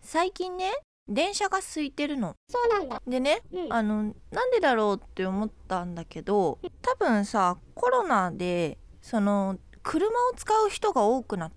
最近ね、電車が空いてるの。 そうなんだ。 でね、なんでだろうって思ったんだけど、多分さ、コロナで車を使う人が多くなって、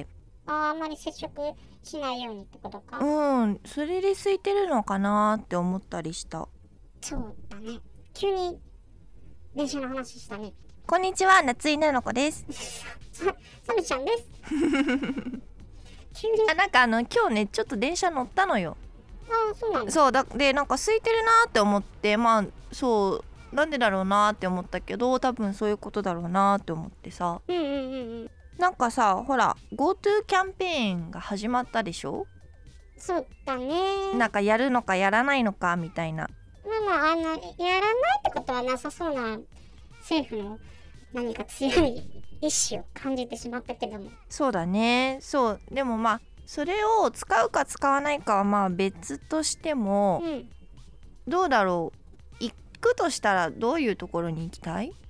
あんまり接触しないようにってことか。 それで空いてるのかなって思ったりした。 そうだね。急に電車の話したね。 こんにちは、夏井菜々子です。 サメちゃんです。急に。 なんか今日ね、ちょっと電車乗ったのよ。 そうなんだ。 そうだ、でなんか空いてるなって思って、そうなんでだろうなって思ったけど、多分そういうことだろうなって思ってさ。なんかさ、ほら GoTo キャンペーンが始まったでしょ。 そうだね。 なんかやるのかやらないのかみたいな。 やらないってことはなさそうな政府の何か強い意志を感じてしまったけども。 そうだね。そうでもそれを使うか使わないかは別としても、どうだろう。行くとしたらどういうところに行きたい？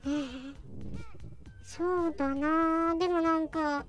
そうだな。でもなんか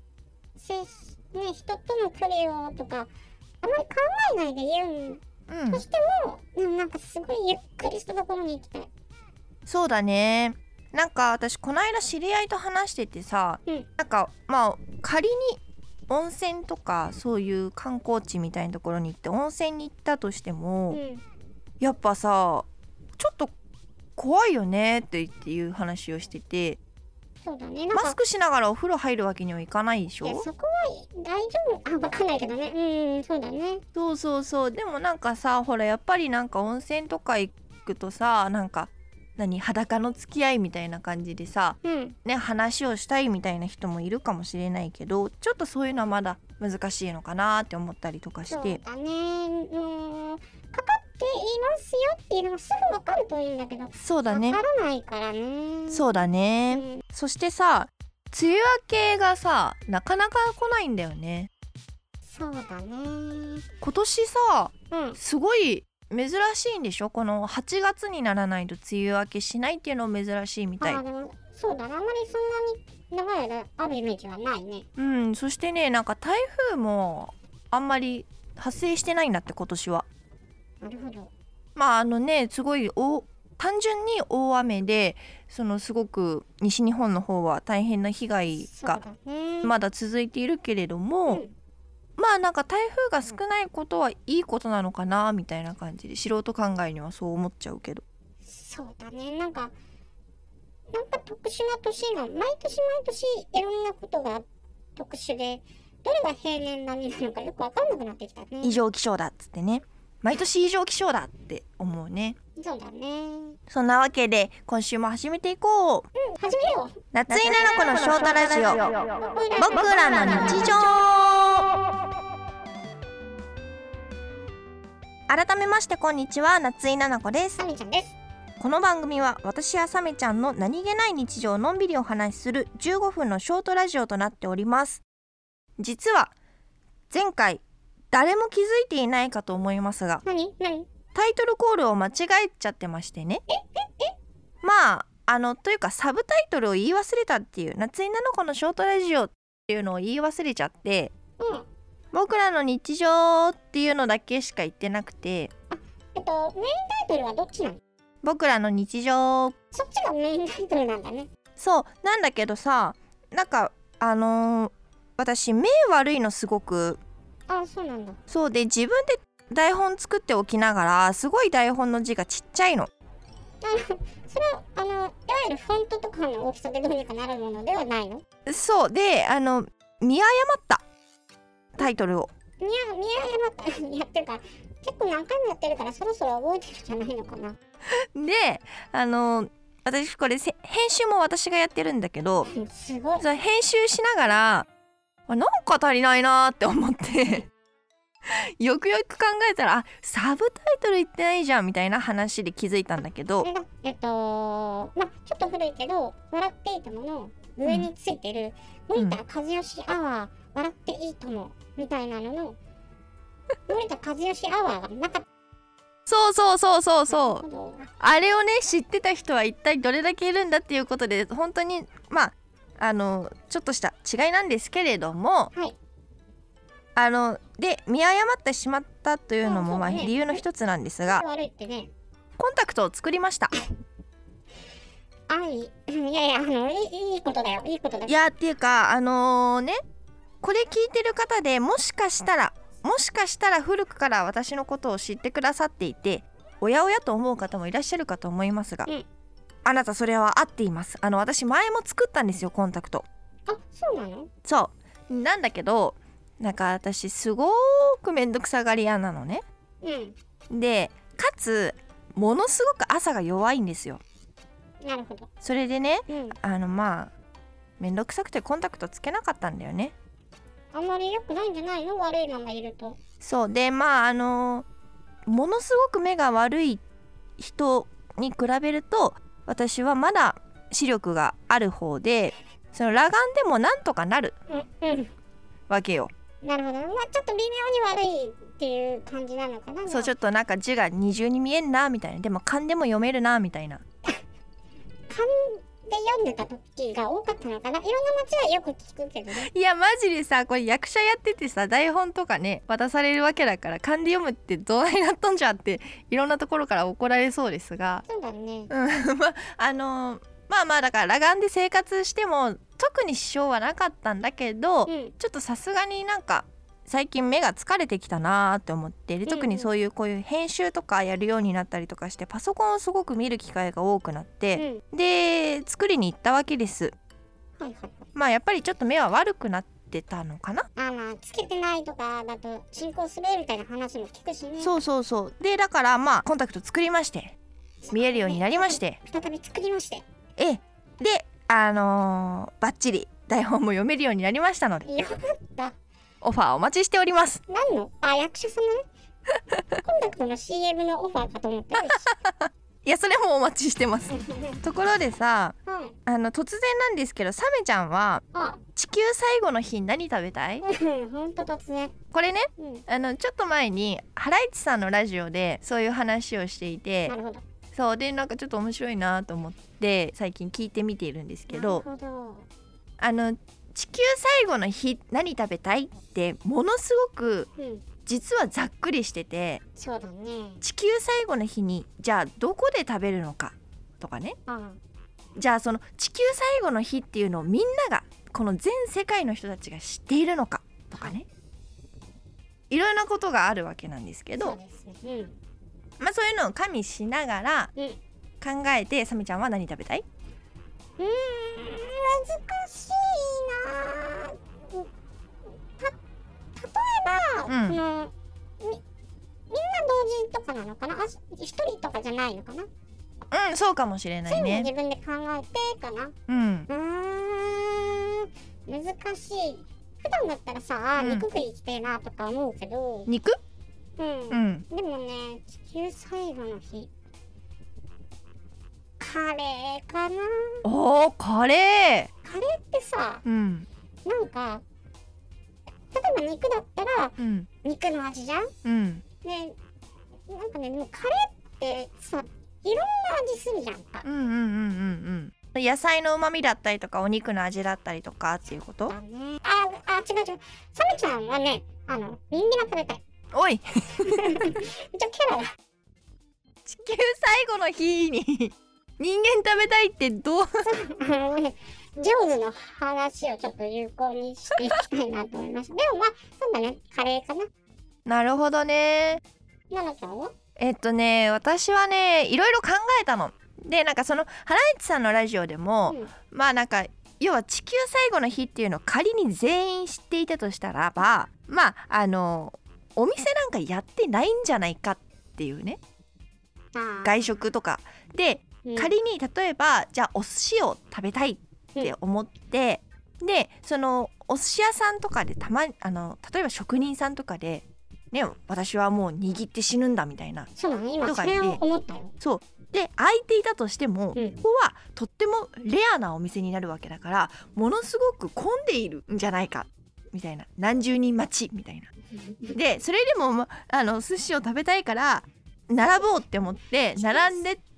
人との距離をとかあまり考えないで言うとしても、なんかすごいゆっくりしたところに行きたい。 そうだね。なんか私この間知り合いと話しててさ、なんか仮に温泉とかそういう観光地みたいなところに行って温泉に行ったとしても、やっぱさちょっと怖いよねっていう話をしてて。 そうだね。 マスクしながらお風呂入るわけにはいかないでしょ。 そこは大丈夫。分かんないけどね。そうだね。 そうでもなんかさ、ほらやっぱりなんか温泉とか行くとさ、なんか裸の付き合いみたいな感じでさ、話をしたいみたいな人もいるかもしれないけど、ちょっとそういうのはまだ難しいのかなって思ったりとかして。 そうだね。かかっていますよっていうのがすぐ分かるといいんだけど。 そうだね。 分からないからね。 そうだね。そしてさ、梅雨明けがさなかなか来ないんだよね。 そうだね。 今年さ、すごい珍しいんでしょ。この8月にならないと梅雨明けしないっていうのも珍しいみたい。 でもそうだね。あんまりそんなに長い間あるイメージはないね。 そしてね、なんか台風もあんまり発生してないんだって今年は。 なるほど。 すごい単純に大雨で、すごく西日本の方は大変な被害がまだ続いているけれども、なんか台風が少ないことはいいことなのかなみたいな感じで、素人考えにはそう思っちゃうけど。 そうだね。なんか特殊な年が毎年いろんなことが特殊で、どれが平年並みなのかよく分かんなくなってきたね。 異常気象だっつってね。毎年異常気象だって思うね。 そうだね。 そんなわけで今週も始めていこう。 始めよう。 夏井菜々子のショートラジオ、僕らの日常。改めましてこんにちは、夏井菜々子です。 サメちゃんです。 この番組は私やサメちゃんの何気ない日常をのんびりお話しする15分のショートラジオとなっております。実は前回誰も気づいていないかと思いますが、 何タイトルコールを間違えちゃってましてね。というかサブタイトルを言い忘れたっていう、夏井菜々子のショートラジオっていうのを言い忘れちゃって、僕らの日常っていうのだけしか言ってなくて、 メインタイトルはどっちなの？ 僕らの日常。 そっちがメインタイトルなんだね。 そうなんだけどさ、なんか私目悪いのすごく。 そうなんだ。 そうで、自分で台本作っておきながらすごい台本の字がちっちゃいの。 それはいわゆるフォントとかの大きさでどうにかなるものではないの？ そうで、見誤ったタイトルを。 見誤ったやってるから結構何回もやってるから、そろそろ覚えてるんじゃないのかな。 で、私これ編集も私がやってるんだけど、 すごい。 編集しながらなんか足りないなって思ってよくよく考えたら、サブタイトル言ってないじゃんみたいな話で気づいたんだけど、 ちょっと古いけど、笑っていいともの上についてる森田和義アワー、笑っていいともみたいなのの森田和義アワーがなかった。 そうあれをね知ってた人は一体どれだけいるんだっていうことで、本当にちょっとした違いなんですけれども、 で見誤ってしまったというのもまあそうね理由の一つなんですが、 悪いってね。 コンタクトを作りました。 いやいや、いいことだよ、いいことだよ。 いやっていうかね、これ聞いてる方でもしかしたら古くから私のことを知ってくださっていて、おやおやと思う方もいらっしゃるかと思いますが、あなたそれは合っています。私前も作ったんですよ、コンタクト。 あ、そうなの？ そうなんだけど、なんか私すごくめんどくさがり屋なのね。でかつものすごく朝が弱いんですよ。 なるほど。 それでね、まあめんどくさくてコンタクトつけなかったんだよね。 あんまり良くないんじゃないの？悪いままいると。 そうでまあものすごく目が悪い人に比べると私はまだ視力がある方で、その裸眼でもなんとかなるわけよ。 なるほど。まあちょっと微妙に悪いっていう感じなのかな。 そうちょっとなんか字が二重に見えんなみたいな、でも勘でも読めるなみたいな。 勘で読んでた時が多かったのかな。いろんな間違いよく聞くけどね。 いやマジでさ、これ役者やっててさ、台本とかね渡されるわけだから、勘で読むってどうになっとんじゃっていろんなところから怒られそうですが、 そうだね。 まあだから裸眼で生活しても特に支障はなかったんだけど、ちょっとさすがになんか最近目が疲れてきたなーって思って、で特にそういうこういう編集とかやるようになったりとかしてパソコンをすごく見る機会が多くなって、で作りに行ったわけです。まあやっぱりちょっと目は悪くなってたのかな。 まあつけてないとかだと進行するみたいな話も聞くしね。 そうでだからまあコンタクト作りまして、見えるようになりまして、 再び作りまして、 でバッチリ台本も読めるようになりましたので、 よかった。 オファーお待ちしております。 何の？役者さんのね。コンタクトの CM のオファーかと思ってるし。 いやそれもお待ちしてます。ところでさ、突然なんですけど、サメちゃんは地球最後の日何食べたい？ ほんと突然。 これね、ちょっと前にハライチさんのラジオでそういう話をしていて、 なるほど。 そうでなんかちょっと面白いなと思って最近聞いてみているんですけど、地球最後の日何食べたいってものすごく実はざっくりしてて、 そうだね。 地球最後の日にじゃあどこで食べるのかとかね、じゃあその地球最後の日っていうのをみんながこの全世界の人たちが知っているのかとかね、いろんなことがあるわけなんですけど、まあそういうのを加味しながら考えて、サメちゃんは何食べたい？ 難しいな。例えば、みんな同時とかなのかな。一人とかじゃないのかな。 そうかもしれないね。 自分で考えてかな。難しい。普段だったらさ、肉食いきてえなとか思うけど。 肉？ でもね、地球最後の日カレーかな。 カレーってさ、なんか例えば肉だったら、肉の味じゃん。でなんかね、でもカレーってさいろんな味するじゃんか。 野菜の旨味だったりとかお肉の味だったりとかっていうこと？ だね。違う。サメちゃんはね、人間が食べたい。 おい一応キャラだ。 地球最後の日に人間食べたいってどう？ ジョーズの話をちょっと有効にしていきたいなと思いました。でもまあそうだね、カレーかな。 なるほどね。 ななちゃんは？ 私はねいろいろ考えたので、なんかそのハライチさんのラジオでも、まあなんか要は地球最後の日っていうのを仮に全員知っていたとしたらば、まあお店なんかやってないんじゃないかっていうね、外食とかで、仮に例えばじゃあお寿司を食べたいって思って、でそのお寿司屋さんとかで例えば職人さんとかでね、私はもう握って死ぬんだみたいな、 そうだね、今それを思ったよ。 そうで空いていたとしても、ここはとってもレアなお店になるわけだから、ものすごく混んでいるんじゃないかみたいな、何十人待ちみたいなで、それでも寿司を食べたいから並ぼうって思って並んでっ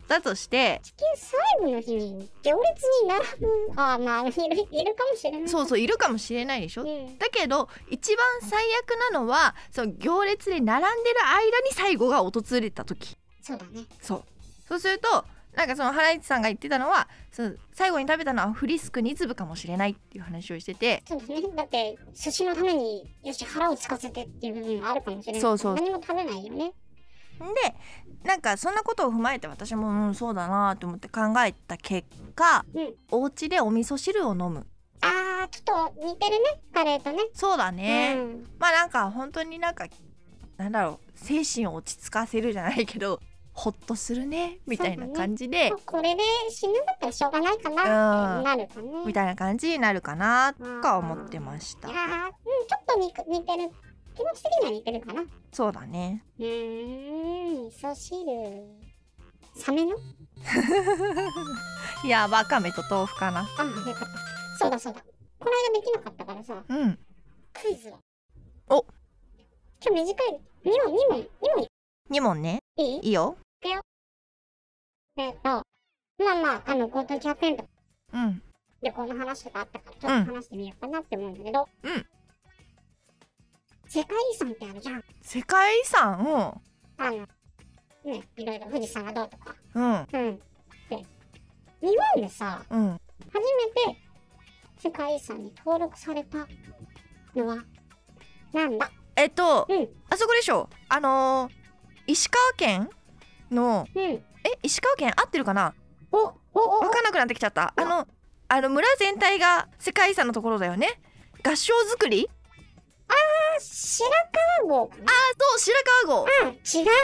だとして、 地球最後の日に行列に並ぶ、まあいるかもしれない。 そういるかもしれないでしょ、 うん、 だけど一番最悪なのはその行列で並んでる間に最後が訪れた時。 そうだね。 そうするとなんかそのハライチさんが言ってたのは、最後に食べたのはフリスク2粒かもしれないっていう話をしてて、 そうですね。だって寿司のためによし腹を空かせてっていう部分があるかもしれない。 そう何も食べないよね。 でなんかそんなことを踏まえて私も、そうだなと思って考えた結果、お家でお味噌汁を飲む。 ちょっと似てるね、カレーとね。 そうだね、まあなんか本当になん精神を落ち着かせるじゃないけどほっとするねみたいな感じで、 これで死ぬんだったらしょうがないかなってなるかね、 みたいな感じになるかなとか思ってました。 ちょっと似てる、気持ち的には似てるかな。 そうだね。 味噌汁サメのいやわかめと豆腐かな。 よかった。そうだこの間できなかったからさ、クイズを。今日短い2問ね。いいよ。 まあ500円とか旅行の話とかあったからちょっと話してみようかなって思うんだけど、世界遺産ってあるじゃん。 世界遺産いろいろ富士山がどうとか。で日本でさ、初めて世界遺産に登録されたのはなんだ？ あそこでしょ。石川県の、石川県合ってるかな？分かんなくなってきちゃった。村全体が世界遺産のところだよね。合掌造り？ 白川郷かな。 そう白川郷。違う。違うんか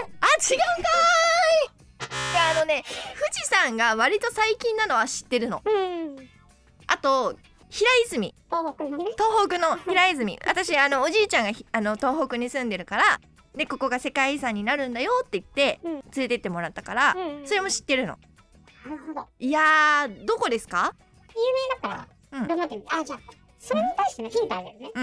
ーい。富士山が割と最近なのは知ってるの。あと平泉、東北の平泉。私おじいちゃんが東北に住んでるから、でここが世界遺産になるんだよって言って連れてってもらったから、それも知ってるの。 なるほど。 いやー、どこですか？ 有名だから頑張ってみて。じゃあそれに対してのヒントあるよね。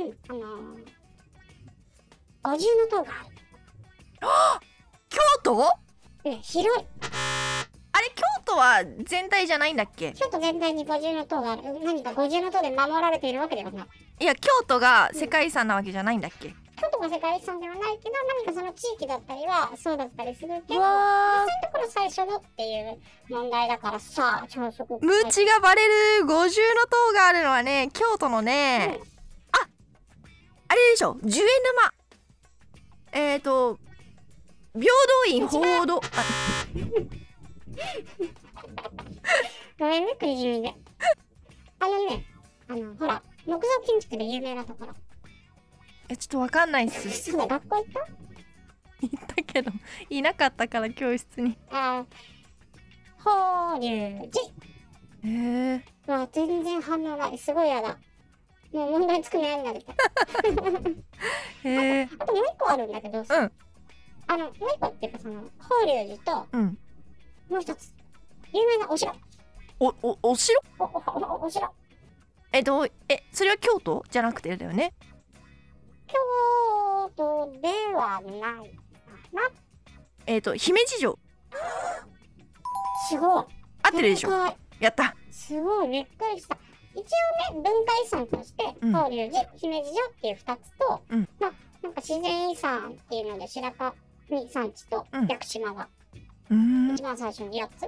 五重塔がある。 京都？ 広い。 あれ京都は全体じゃないんだっけ？ 京都全体に五重塔がある。何か五重塔で守られているわけではない。 いや、京都が世界遺産なわけじゃないんだっけ？ 京都が世界遺産ではないけど、何かその地域だったりはそうだったりするけど、実際のところ最初のっていう問題だからさ、朝食無知がバレる。五重塔があるのはね、京都のね、あれでしょ、10円玉。平等院報道。 ごめんね、食い気味で。ほら、木造建築で有名なところ。 ちょっとわかんないっす。 そうだ、学校行った？ 行ったけどいなかったから、教室に。 法隆寺。全然反応ない。すごいやだ。もう問題作れないんだけど。あともう一個あるんだけどさ、もう一個っていうか、その法隆寺と、もう一つ有名なお城。 お城？ お城。 それは京都じゃなくてだよね。 京都ではないかな。 姫路城。 すごい。 合ってるでしょ。やった。 すごい、びっくりした。一応ね、文化遺産として法隆寺、姫路城っていう2つと、なんか自然遺産っていうので白神山地と屋久島が一番最初に4つ。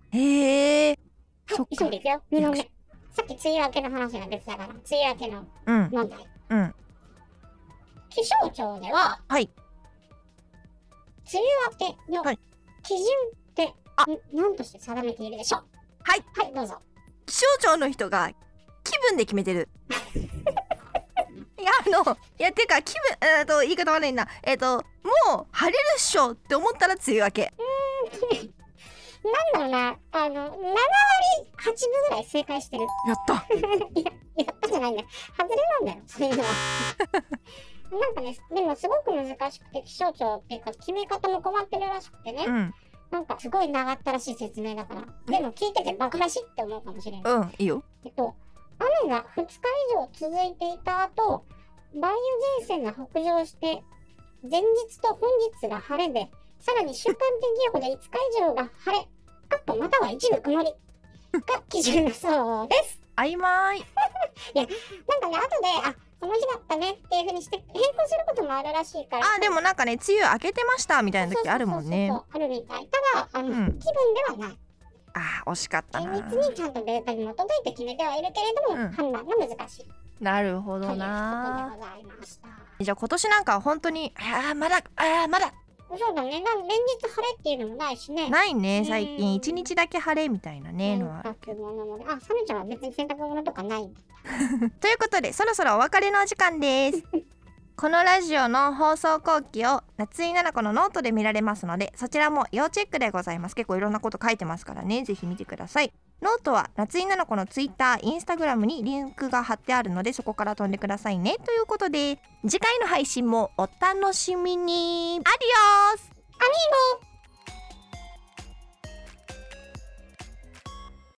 急いでいくよ。2問目。さっき梅雨明けの話が出てたから、梅雨明けの問題。気象庁では、梅雨明けの基準って何として定めているでしょう？はい、どうぞ。 気象庁の人が気分で決めてる。てか気分、言い方悪いな。もう晴れるっしょって思ったら梅雨明け。 なんだろうな、7割8分ぐらい正解してる。 やったやったじゃないんだよ。外れなんだよ、そういうのは。なんかね、でもすごく難しくて、気象庁っていうか決め方も困ってるらしくてね。なんかすごい長ったらしい説明だから。でも聞いててバカらしいって思うかもしれない。 いいよ。 雨が2日以上続いていた後、梅雨前線が北上して、前日と本日が晴れで、さらに週間天気予報で5日以上が晴れカットまたは一部曇りが基準だそうです。 曖昧。 なんかね、後で、その日だったねっていう風にして変更することもあるらしいから。 でもなんかね、梅雨明けてましたみたいな時あるもんね。 あるみたい。ただ、気分ではない。 惜しかったな。 厳密にちゃんとデータに基づいて決めてはいるけれども、判断が難しい。 なるほどな。 ということでございました。 じゃあ今年なんか本当にまだそうだね。連日晴れっていうのもないしね。 ないね。最近1日だけ晴れみたいなねのはあるけど。 サメちゃんは別に洗濯物とかないんだ。 ということでそろそろお別れのお時間です。このラジオの放送後期を夏井菜々子のノートで見られますので、そちらも要チェックでございます。結構いろんなこと書いてますからね、ぜひ見てください。ノートは夏井菜々子のツイッター、インスタグラムにリンクが貼ってあるので、そこから飛んでくださいね。ということで次回の配信もお楽しみに。アディオス。 アミーゴ。